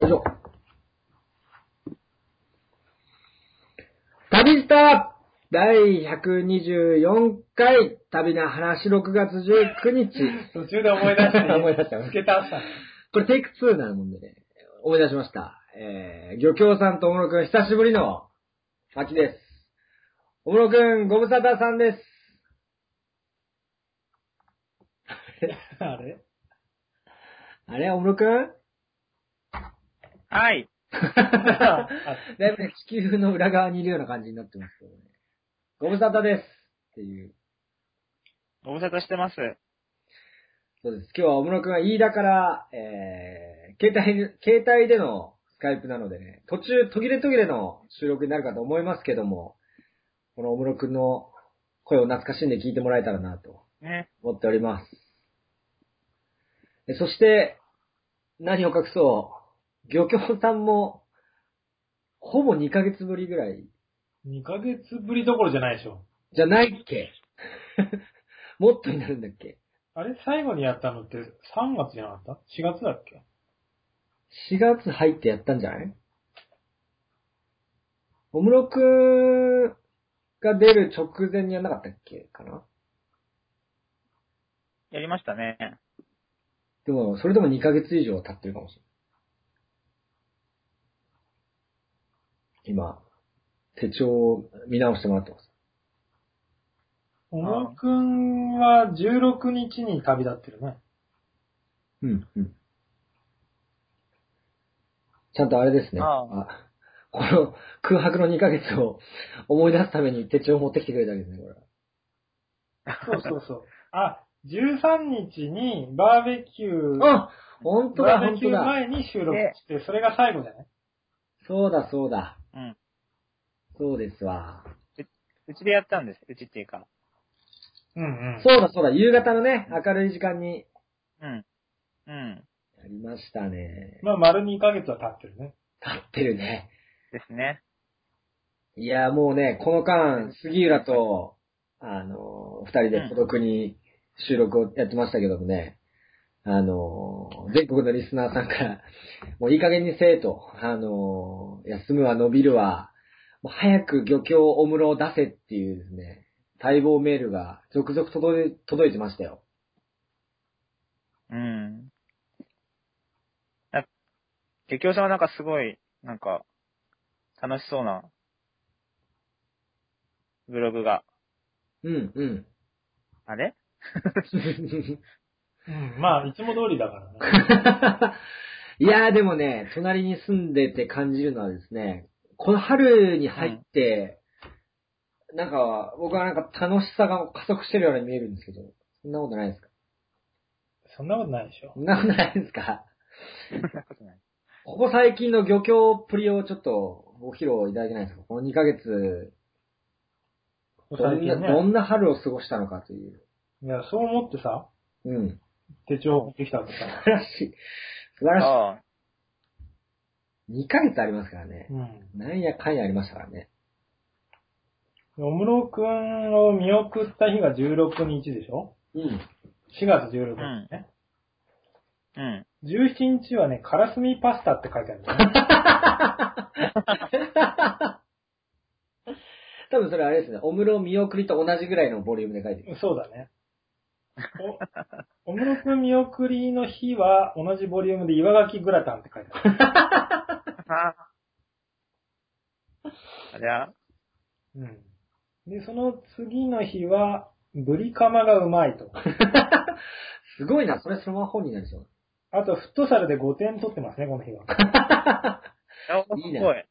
よいしょ。旅した第124回旅な話6月19日。 途中で思い出して、 思い出した。 付け足した。 これテイク2なもんでね、思い出しました。漁協さんとおもろくん久しぶりの秋です。おもろくんご無沙汰さんです。 あれあれおもろくんはい。 だいぶね、地球の裏側にいるような感じになってますけどね。ご無沙汰です。っていう。 ご無沙汰してます。 そうです。今日はおもろくんが飯田から、携帯でのスカイプなのでね、途中途切れ途切れの収録になるかと思いますけども、このおもろくんの声を懐かしんで聞いてもらえたらなと思っております。そして、何を隠そう、漁協さんも、ほぼ2ヶ月ぶりぐらい。 2ヶ月ぶりどころじゃないでしょ。 じゃないっけもっとになるんだっけ？ あれ最後にやったのって3月じゃなかった ?4 月だっけ？ 4月入ってやったんじゃない？おもろくが出る直前にやんなかったっけかな？ やりましたね。 でも、それでも2ヶ月以上経ってるかもしれない。今、手帳を見直してもらってます。 おもくんは16日に旅立ってるね。 うん、うん。ちゃんとあれですね。この空白の2ヶ月を思い出すために手帳を持ってきてくれたわけですね、これは。 そうそうそう。あ、13日にバーベキュー、 あ、本当だ、 バーベキュー前に収録して、それが最後じゃない？ そうだ、そうだ。 うん。 そうですわ。 うちでやったんです。うちっていうか。 うんうん。 そうだ、そうだ。夕方のね、明るい時間に。 うん。うん。 やりましたね。 まあ、丸2ヶ月は経ってるね。 経ってるね。 ですね。 いや、もうね、この間、杉浦と、二人で孤独に収録をやってましたけどもね、全国のリスナーさんから、もういい加減にせえと、休むは伸びるわ、もう早く漁協お室を出せっていうですね、待望メールが続々届いてましたよ。 うん。漁協さんはなんかすごい、なんか、楽しそうな、ブログが。 うん、うん。 あれうん、まあ、いつも通りだからね。 いやーでもね、隣に住んでて感じるのはですね、この春に入って、なんか、僕はなんか楽しさが加速してるように見えるんですけど、そんなことないですか？ そんなことないでしょ。 そんなことないですか？ そんなことない。 ここ最近の漁協っぷりをちょっとご披露いただけないですか？この2ヶ月、 最近ね。 どんな春を過ごしたのかという。 いや、そう思ってさ、 うん。 手帳を持ってきたわけさ。 素晴らしい。素晴らしああ。 い。2ヶ月ありますからね。 うん。 なんやかんやありましたからね。 小室くんを見送った日が16日でしょ？ うん。 4月16日ね。 うん。 17日はね、カラスミパスタって書いてあるんだね。多分それあれですね。お室見送りと同じぐらいのボリュームで書いてる。 そうだね。小室くん見送りの日は同じボリュームで岩牡蠣グラタンって書いてある。 ありゃ。 うん。で、その次の日は、ブリカマがうまいと。 すごいな。それそのまま本になりそう。 あと、フットサルで5点取ってますね、この日は。 いいね。 すごい。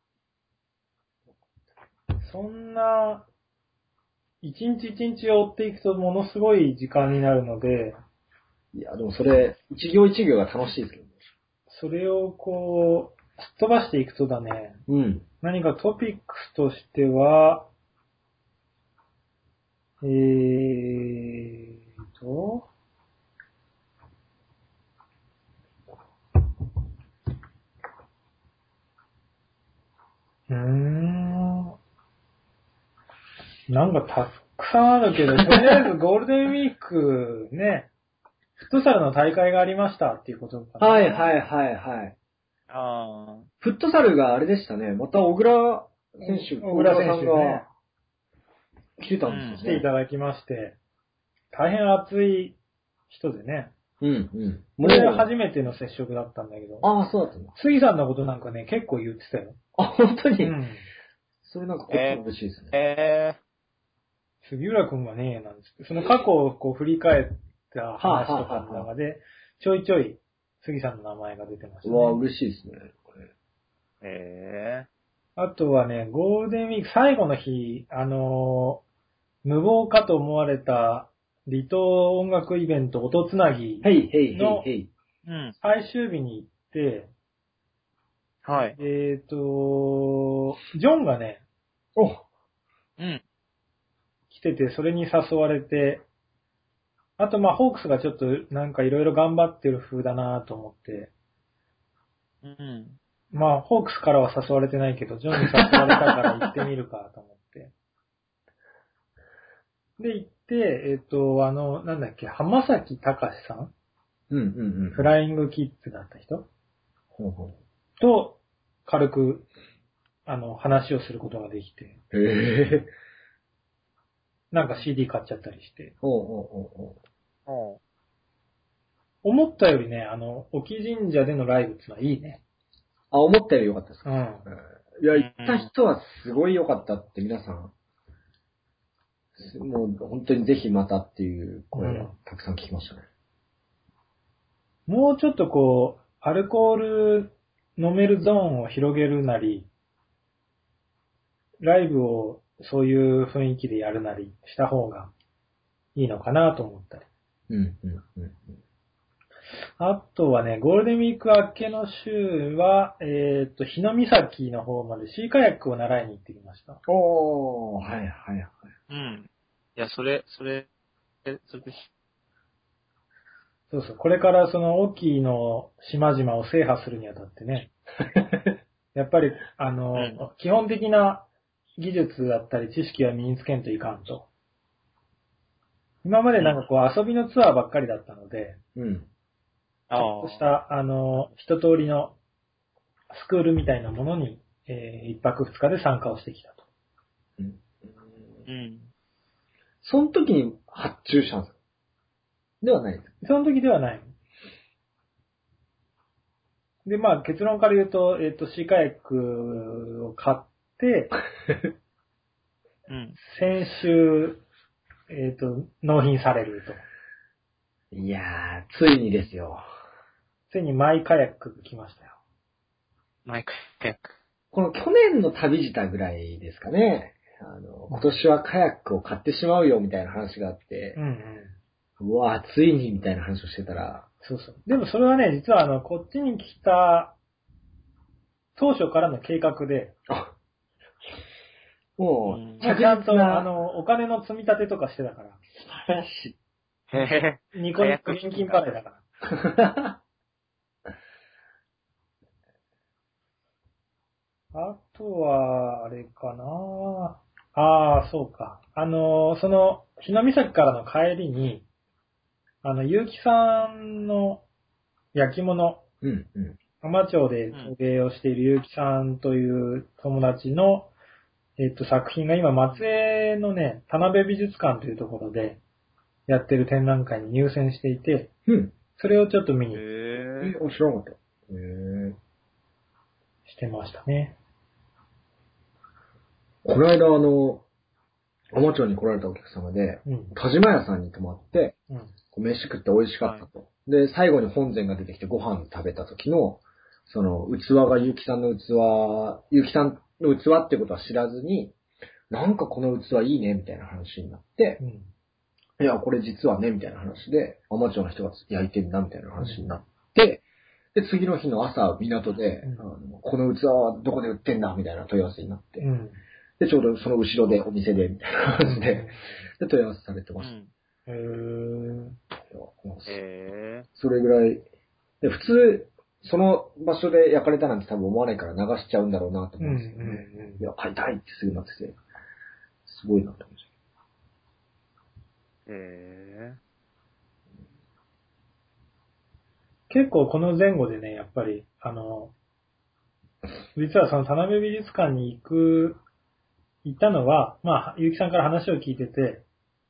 そんな、一日一日追っていくとものすごい時間になるので、 いや、でもそれ、一行一行が楽しいですけどね。 それをこう、すっ飛ばしていくとだね、 うん。 何かトピックスとしては、と、なんかたくさんあるけど、とりあえずゴールデンウィークね、フットサルの大会がありましたっていうことかな。 はいはいはいはい。 あフットサルがあれでしたね。また小倉選手、 小倉選手ねさんが来てたんですよね。 来ていただきまして、大変熱い人でね。 うん。 これが初めての接触だったんだけど。 ああ、そうだったんだ。 杉さんのことなんかね、結構言ってたよ。 あ、本当に、 うん。 それなんかこっちも嬉しいですね。 杉浦くんがね、なんですけど、その過去をこう振り返った話とかの中で、ちょいちょい杉さんの名前が出てましたうわ、 ね。 嬉しいですね。これあとはね、ゴールデンウィーク最後の日、無謀かと思われた離島音楽イベント音つなぎへいへいへいのへい。 うん。 最終日に行って、 はい。 ジョンがね、 お、 うん。 来てて、それに誘われて、あとまあ、ホークスがちょっとなんかいろいろ頑張ってる風だなと思って、 うん。 まあ、ホークスからは誘われてないけど、ジョンに誘われたから行ってみるかと思って。で、行って、なんだっけ、浜崎隆さんうん。 フライングキッズだった人ほうほと、軽く、話をすることができて、 う。へえ。 なんか CD 買っちゃったりして。 ほう。 おう。 思ったよりね、沖神社でのライブってのはいいね。 あ、思ったより良かったですか？ うん。 いや、行った人はすごい良かったって皆さん、もう本当にぜひまたっていう声がたくさん聞きましたね。 もうちょっとこう、アルコール飲めるゾーンを広げるなり、ライブをそういう雰囲気でやるなりした方がいいのかなと思ったり。 うん。 あとはね、ゴールデンウィーク明けの週は、日野岬の方までシーカヤックを習いに行ってきました。 おー、はい。 うん。いや、それ、 そうそう。これからその大きいの島々を制覇するにあたってね、やっぱり、 うん基本的な技術だったり知識は身につけんといかんと。今までなんかこう遊びのツアーばっかりだったので、 うん。 ちょっとした、一通りのスクールみたいなものに、一泊二日で参加をしてきたと。 うん。 その時に発注したんですか？ではないです。 その時ではない。で、まあ結論から言うと、シーカヤックを買って、 うん。 先週、納品されると。 いやー、ついにですよ。 ついにマイカヤックが来ましたよ。 マイク早く。 この去年の旅自体ぐらいですかね。今年はカヤックを買ってしまうよみたいな話があってう、ん。 うわー、ついにみたいな話をしてたら、 そうそう。でもそれはね、実はこっちに来た当初からの計画で、 もう、 うんちゃんとお金の積み立てとかしてたから。 素晴らしい。 へへへ。 ニコニコ現金払いだから。あとは、あれかなああ、そうか。その、日の岬からの帰りに、結城さんの焼き物、 うん。 浜町で陶芸をしている結城さんという友達の、作品が今、松江のね、田辺美術館というところでやってる展覧会に入選していて、 うん。 それをちょっと見にへ知らなかった。 してましたね。 この間浜町に来られたお客様で、 うん。 田島屋さんに泊まって、 うん。 飯食って美味しかったと。で、最後に本膳が出てきてご飯食べた時の、その器が結城さんの器、結城さんの器ってことは知らずに、なんかこの器いいね、みたいな話になって、 うん。 いや、これ実はね、みたいな話で、浜町の人が焼いてんだ、みたいな話になって、で、次の日の朝、港で、この器はどこで売ってんだ、みたいな問い合わせになって、で、ちょうどその後ろでお店で、みたいな感じで、で、問い合わせされてました。それぐらい、で、普通、その場所で焼かれたなんて多分思わないから流しちゃうんだろうなと思うんですけどね。いや、買いたいってすぐなってて、すごいなと思いました。 結構この前後でね、やっぱり、 実はその田辺美術館に行ったのは、まあ、ゆうきさんから話を聞いてて、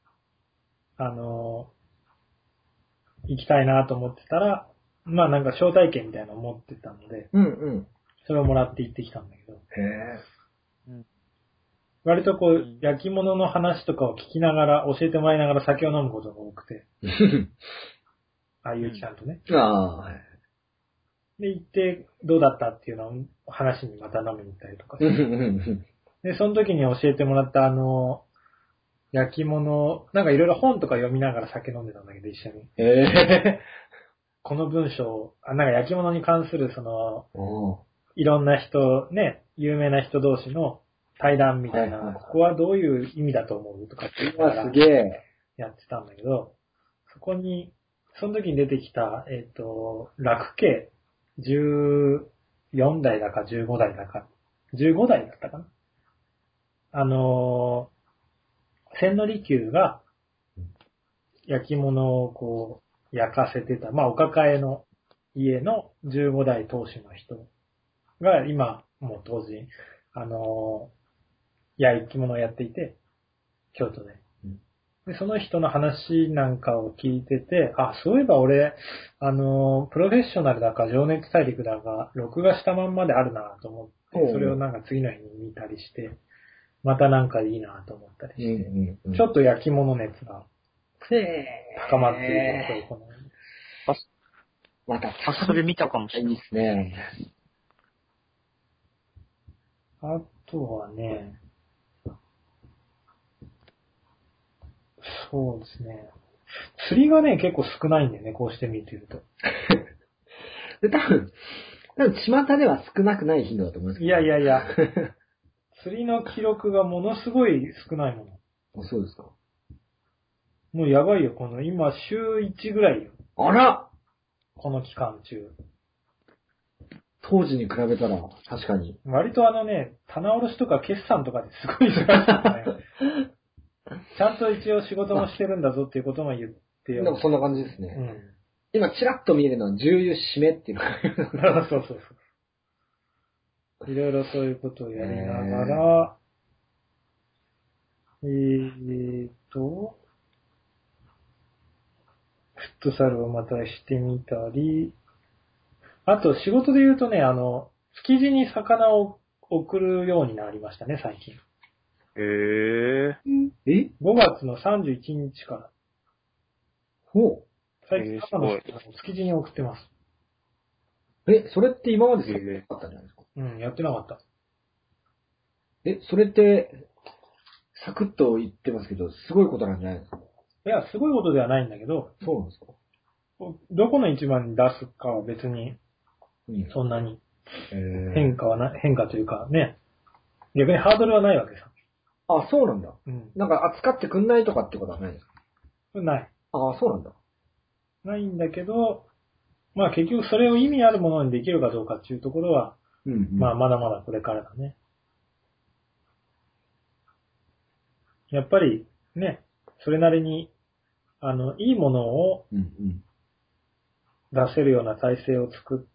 行きたいなと思ってたら、まあなんか招待券みたいなのを持ってたので、 うんうん。 それをもらって行ってきたんだけど、 へえ。 割とこう、 うん焼き物の話とかを聞きながら、教えてもらいながら酒を飲むことが多くて、ゆうきさんとね。 ああ、はい。 で、行ってどうだったっていうのを話にまた飲みに行ったりとかしうんうて。 んうんで、その時に教えてもらった焼き物、なんかいろいろ本とか読みながら酒飲んでたんだけど、一緒に。 へえ。 この文章、なんか焼き物に関するおーいろんな人、ね、有名な人同士の対談みたいな、 はいはいはいここはどういう意味だと思うとかって言いながらうわ、すげえ。 やってたんだけど、その時に出てきた、楽慶14代だか15代だか、15代だったかな。千利休が焼き物をこう焼かせてた、まあお抱えの家の15代当主の人が今もう当時、焼き物をやっていて、京都で。で、その人の話なんかを聞いてて、あ、そういえば俺、プロフェッショナルだか情熱大陸だか、録画したまんまであるなと思って、それをなんか次の日に見たりして、またなんかいいなと思ったりして、ちょっと焼き物熱が高まっている状況このまた、 それ見たかもしれない。 いいですね。 あとはね、そうですね。釣りがね、結構少ないんだよね、こうして見てると。 で、多分、巷では少なくない頻度だと思いますけど。 いや。釣りの記録がものすごい少ないもの。 あ、そうですか。 もうやばいよ、今週1ぐらいよ。 あらこの期間中。 当時に比べたら、確かに。 割と棚卸しとか決算とかですごい忙しいね。ちゃんと一応仕事もしてるんだぞっていうことも言ってよ。 でもそんな感じですね。 うん。 今、チラッと見えるのは、重油締めっていうのが。 そう。いろいろそういうことをやりながら、フットサルをまたしてみたり、あと仕事で言うとね、築地に魚を送るようになりましたね、最近。 え 5月の31日から。 ほ最近朝の人が築地に送ってます。 う。それって今までそうなかったんじゃないですか。 うん、やってなかった。 それって、サクッと言ってますけど、すごいことなんじゃないですか。 いや、すごいことではないんだけど、 そうなんですか。 どこの市場に出すかは別に、そんなに変化というかね、逆にハードルはないわけさ。 あ、そうなんだ。 うん。 なんか扱ってくんないとかってことはないですか。 ない。 あ、そうなんだ。 ないんだけど、まあ結局それを意味あるものにできるかどうかっていうところは、まあまだまだこれからだね。やっぱりね、それなりに、いいものを出せるような体制を作っ